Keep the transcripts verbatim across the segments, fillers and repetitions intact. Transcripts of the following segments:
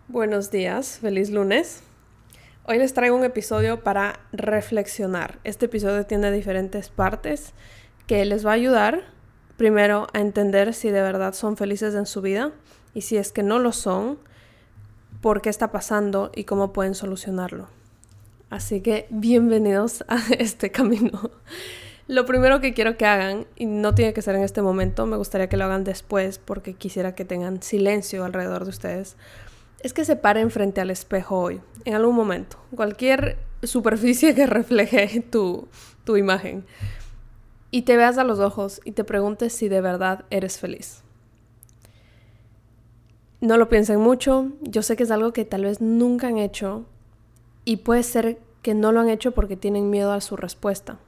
Buenos días, feliz lunes. Hoy les traigo un episodio para reflexionar. Este episodio tiene diferentes partes que les va a ayudar primero a entender si de verdad son felices en su vida y si es que no lo son, por qué está pasando y cómo pueden solucionarlo. Así que bienvenidos a este camino. Lo primero que quiero que hagan, y no tiene que ser en este momento, me gustaría que lo hagan después porque quisiera que tengan silencio alrededor de ustedes, es que se paren frente al espejo hoy, en algún momento. Cualquier superficie que refleje tu, tu imagen. Y te veas a los ojos y te preguntes si de verdad eres feliz. No lo piensen mucho. Yo sé que es algo que tal vez nunca han hecho. Y puede ser que no lo han hecho porque tienen miedo a su respuesta.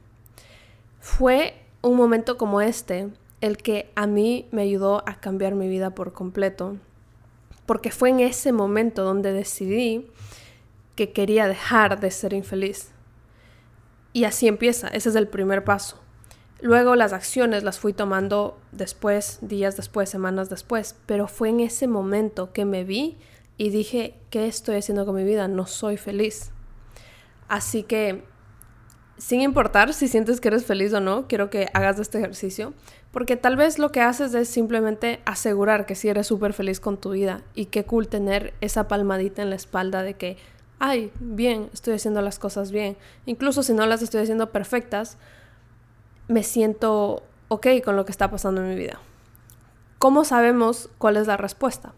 Fue un momento como este el que a mí me ayudó a cambiar mi vida por completo. Porque fue en ese momento donde decidí que quería dejar de ser infeliz. Y así empieza, ese es el primer paso. Luego las acciones las fui tomando después, días después, semanas después, pero fue en ese momento que me vi y dije, ¿qué estoy haciendo con mi vida? No soy feliz. Así que, sin importar si sientes que eres feliz o no, quiero que hagas este ejercicio, porque tal vez lo que haces es simplemente asegurar que sí eres súper feliz con tu vida y qué cool tener esa palmadita en la espalda de que, ay, bien, estoy haciendo las cosas bien. Incluso si no las estoy haciendo perfectas, me siento ok con lo que está pasando en mi vida. ¿Cómo sabemos cuál es la respuesta?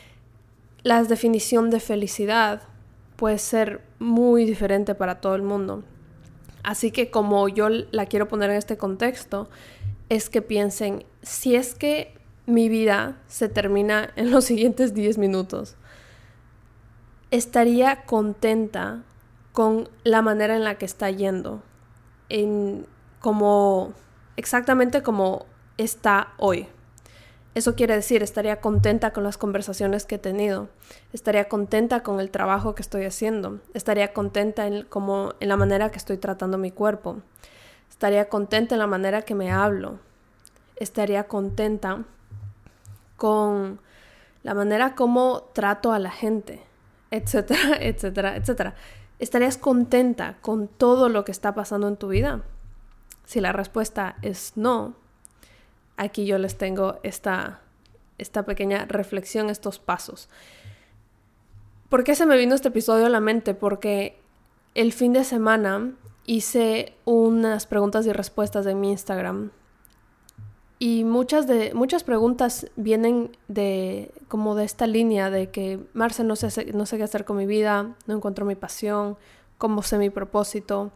La definición de felicidad puede ser muy diferente para todo el mundo. Así que como yo la quiero poner en este contexto, es que piensen, si es que mi vida se termina en los siguientes diez minutos, estaría contenta con la manera en la que está yendo, en como exactamente como está hoy. Eso quiere decir, estaría contenta con las conversaciones que he tenido, estaría contenta con el trabajo que estoy haciendo, estaría contenta en, como, en la manera que estoy tratando mi cuerpo, estaría contenta en la manera que me hablo, estaría contenta con la manera como trato a la gente, etcétera, etcétera, etcétera. ¿Estarías contenta con todo lo que está pasando en tu vida? Si la respuesta es no, aquí yo les tengo esta, esta pequeña reflexión, estos pasos. ¿Por qué se me vino este episodio a la mente? Porque el fin de semana hice unas preguntas y respuestas en mi Instagram. Y muchas, de, muchas preguntas vienen de como de esta línea de que, Marce, no sé, no sé qué hacer con mi vida, no encuentro mi pasión, cómo sé mi propósito.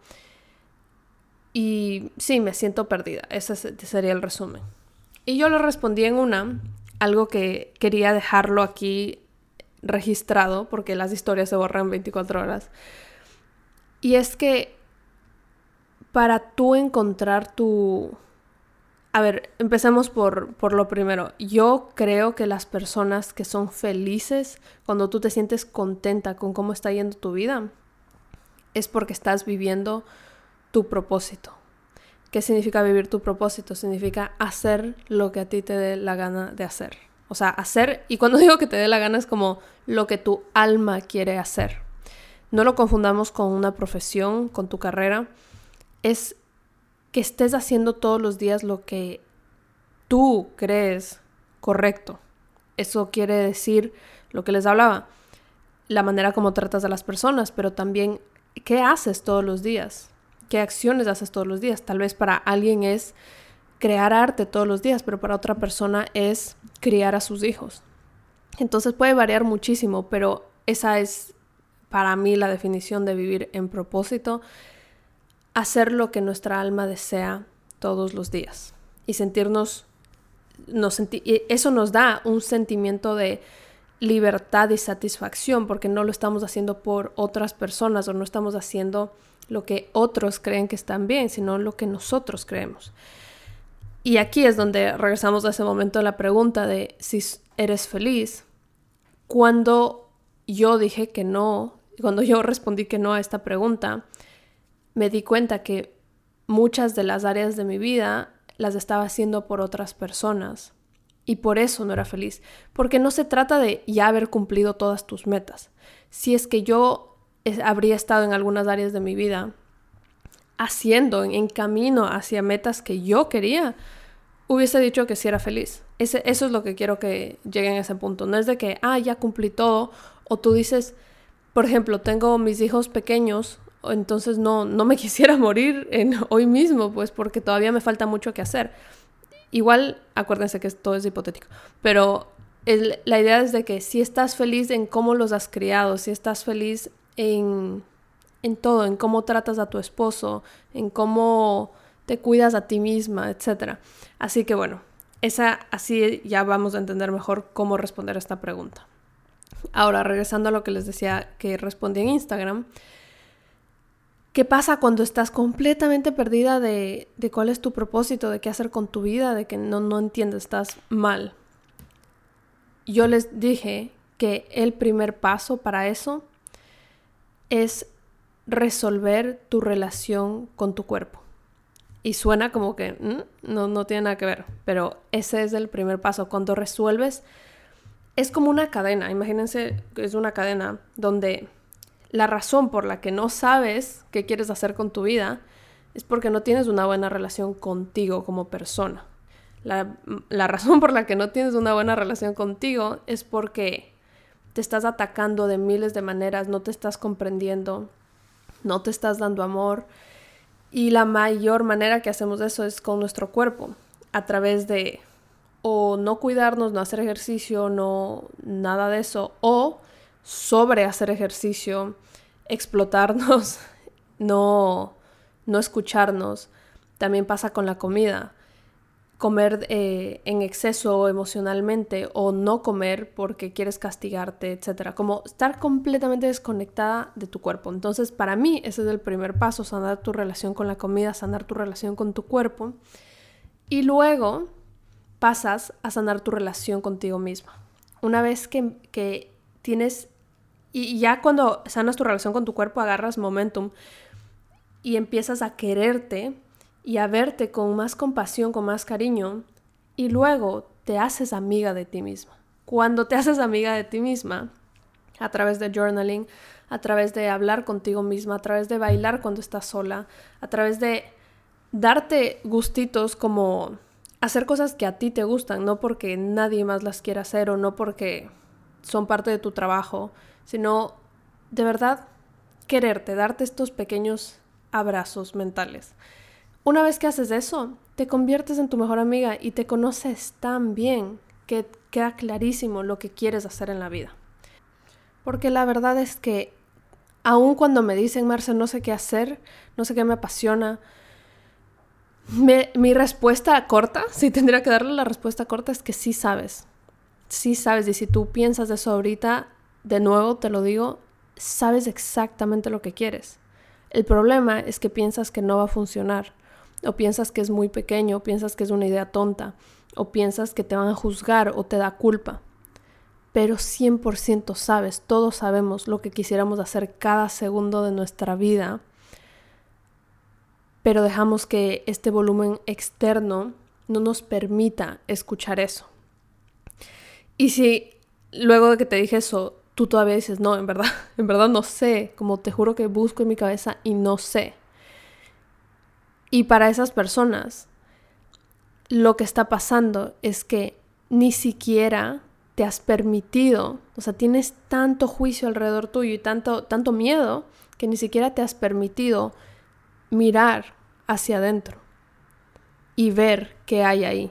Y sí, me siento perdida. Ese sería el resumen. Y yo le respondí en una, algo que quería dejarlo aquí registrado, porque las historias se borran veinticuatro horas. Y es que para tú encontrar tu... A ver, empecemos por, por lo primero. Yo creo que las personas que son felices, cuando tú te sientes contenta con cómo está yendo tu vida, es porque estás viviendo tu propósito. ¿Qué significa vivir tu propósito? Significa hacer lo que a ti te dé la gana de hacer. O sea, hacer, y cuando digo que te dé la gana es como lo que tu alma quiere hacer. No lo confundamos con una profesión, con tu carrera. Es que estés haciendo todos los días lo que tú crees correcto. Eso quiere decir lo que les hablaba, la manera como tratas a las personas, pero también qué haces todos los días, qué acciones haces todos los días. Tal vez para alguien es crear arte todos los días, pero para otra persona es criar a sus hijos. Entonces puede variar muchísimo, pero esa es para mí la definición de vivir en propósito. Hacer lo que nuestra alma desea todos los días y sentirnos, nos senti- eso nos da un sentimiento de libertad y satisfacción porque no lo estamos haciendo por otras personas o no estamos haciendo lo que otros creen que están bien, sino lo que nosotros creemos. Y aquí es donde regresamos a ese momento de la pregunta de si eres feliz. Cuando yo dije que no, cuando yo respondí que no a esta pregunta, me di cuenta que muchas de las áreas de mi vida las estaba haciendo por otras personas y por eso no era feliz. Porque no se trata de ya haber cumplido todas tus metas. Si es que yo habría estado en algunas áreas de mi vida haciendo, en camino hacia metas que yo quería, hubiese dicho que sí era feliz. Ese, eso es lo que quiero que lleguen a ese punto. No es de que, ah, ya cumplí todo. O tú dices, por ejemplo, tengo mis hijos pequeños, entonces no, no me quisiera morir en, hoy mismo, pues porque todavía me falta mucho que hacer. Igual, acuérdense que todo es hipotético, pero el, la idea es de que si estás feliz en cómo los has criado, si estás feliz en, en todo, en cómo tratas a tu esposo, en cómo te cuidas a ti misma, etcétera. Así que bueno, esa, así ya vamos a entender mejor cómo responder a esta pregunta. Ahora, regresando a lo que les decía que respondí en Instagram, ¿qué pasa cuando estás completamente perdida de, de cuál es tu propósito, de qué hacer con tu vida, de que no, no entiendes, estás mal? Yo les dije que el primer paso para eso es resolver tu relación con tu cuerpo. Y suena como que ¿mm? no, no tiene nada que ver, pero ese es el primer paso. Cuando resuelves, es como una cadena. Imagínense que es una cadena donde la razón por la que no sabes qué quieres hacer con tu vida es porque no tienes una buena relación contigo como persona. La, la razón por la que no tienes una buena relación contigo es porque te estás atacando de miles de maneras, no te estás comprendiendo, no te estás dando amor. Y la mayor manera que hacemos eso es con nuestro cuerpo, a través de o no cuidarnos, no hacer ejercicio, no nada de eso, o sobre hacer ejercicio, explotarnos, no, no escucharnos. También pasa con la comida. Comer eh, en exceso emocionalmente o no comer porque quieres castigarte, etcétera. Como estar completamente desconectada de tu cuerpo. Entonces, para mí, ese es el primer paso, sanar tu relación con la comida, sanar tu relación con tu cuerpo. Y luego pasas a sanar tu relación contigo misma. Una vez que, que tienes... Y ya cuando sanas tu relación con tu cuerpo, agarras momentum y empiezas a quererte y a verte con más compasión, con más cariño, y luego te haces amiga de ti misma. Cuando te haces amiga de ti misma, a través de journaling, a través de hablar contigo misma, a través de bailar cuando estás sola, a través de darte gustitos como hacer cosas que a ti te gustan, no porque nadie más las quiera hacer o no porque son parte de tu trabajo, sino de verdad quererte, darte estos pequeños abrazos mentales. Una vez que haces eso, te conviertes en tu mejor amiga y te conoces tan bien que queda clarísimo lo que quieres hacer en la vida. Porque la verdad es que aun cuando me dicen, Marce, no sé qué hacer, no sé qué me apasiona, me, mi respuesta corta, si tendría que darle la respuesta corta, es que sí sabes. Sí sabes, y si tú piensas eso ahorita, de nuevo te lo digo, sabes exactamente lo que quieres. El problema es que piensas que no va a funcionar. O piensas que es muy pequeño, o piensas que es una idea tonta, o piensas que te van a juzgar o te da culpa. Pero cien por ciento sabes, todos sabemos lo que quisiéramos hacer cada segundo de nuestra vida, pero dejamos que este volumen externo no nos permita escuchar eso. Y si luego de que te dije eso, tú todavía dices, no, en verdad, en verdad no sé, como te juro que busco en mi cabeza y no sé. Y para esas personas, lo que está pasando es que ni siquiera te has permitido, o sea, tienes tanto juicio alrededor tuyo y tanto, tanto miedo que ni siquiera te has permitido mirar hacia adentro y ver qué hay ahí.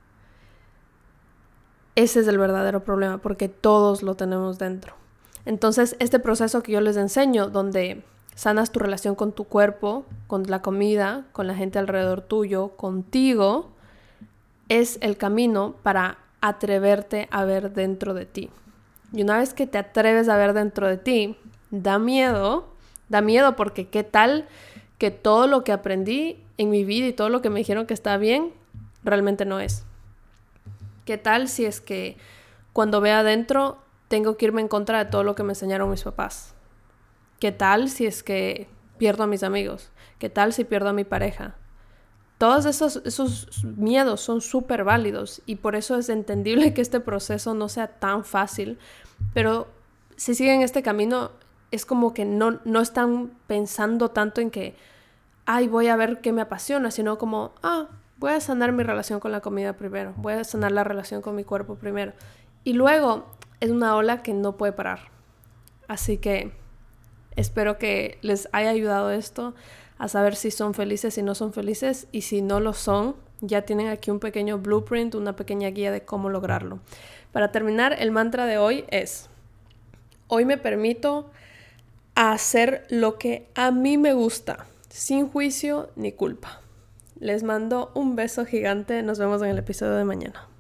Ese es el verdadero problema, porque todos lo tenemos dentro. Entonces, este proceso que yo les enseño, donde sanas tu relación con tu cuerpo, con la comida, con la gente alrededor tuyo, contigo, es el camino para atreverte a ver dentro de ti. Y una vez que te atreves a ver dentro de ti, da miedo, da miedo porque qué tal que todo lo que aprendí en mi vida y todo lo que me dijeron que está bien, realmente no es. ¿Qué tal si es que cuando vea adentro tengo que irme en contra de todo lo que me enseñaron mis papás? ¿Qué tal si es que pierdo a mis amigos? ¿Qué tal si pierdo a mi pareja? todos esos, esos miedos son súper válidos y por eso es entendible que este proceso no sea tan fácil, pero si siguen este camino es como que no, no están pensando tanto en que, ay, voy a ver qué me apasiona, sino como, ah, voy a sanar mi relación con la comida primero, voy a sanar la relación con mi cuerpo primero. Y luego es una ola que no puede parar. Así que espero que les haya ayudado esto a saber si son felices, si no son felices, y si no lo son, ya tienen aquí un pequeño blueprint, una pequeña guía de cómo lograrlo. Para terminar, el mantra de hoy es: hoy me permito hacer lo que a mí me gusta, sin juicio ni culpa. Les mando un beso gigante, nos vemos en el episodio de mañana.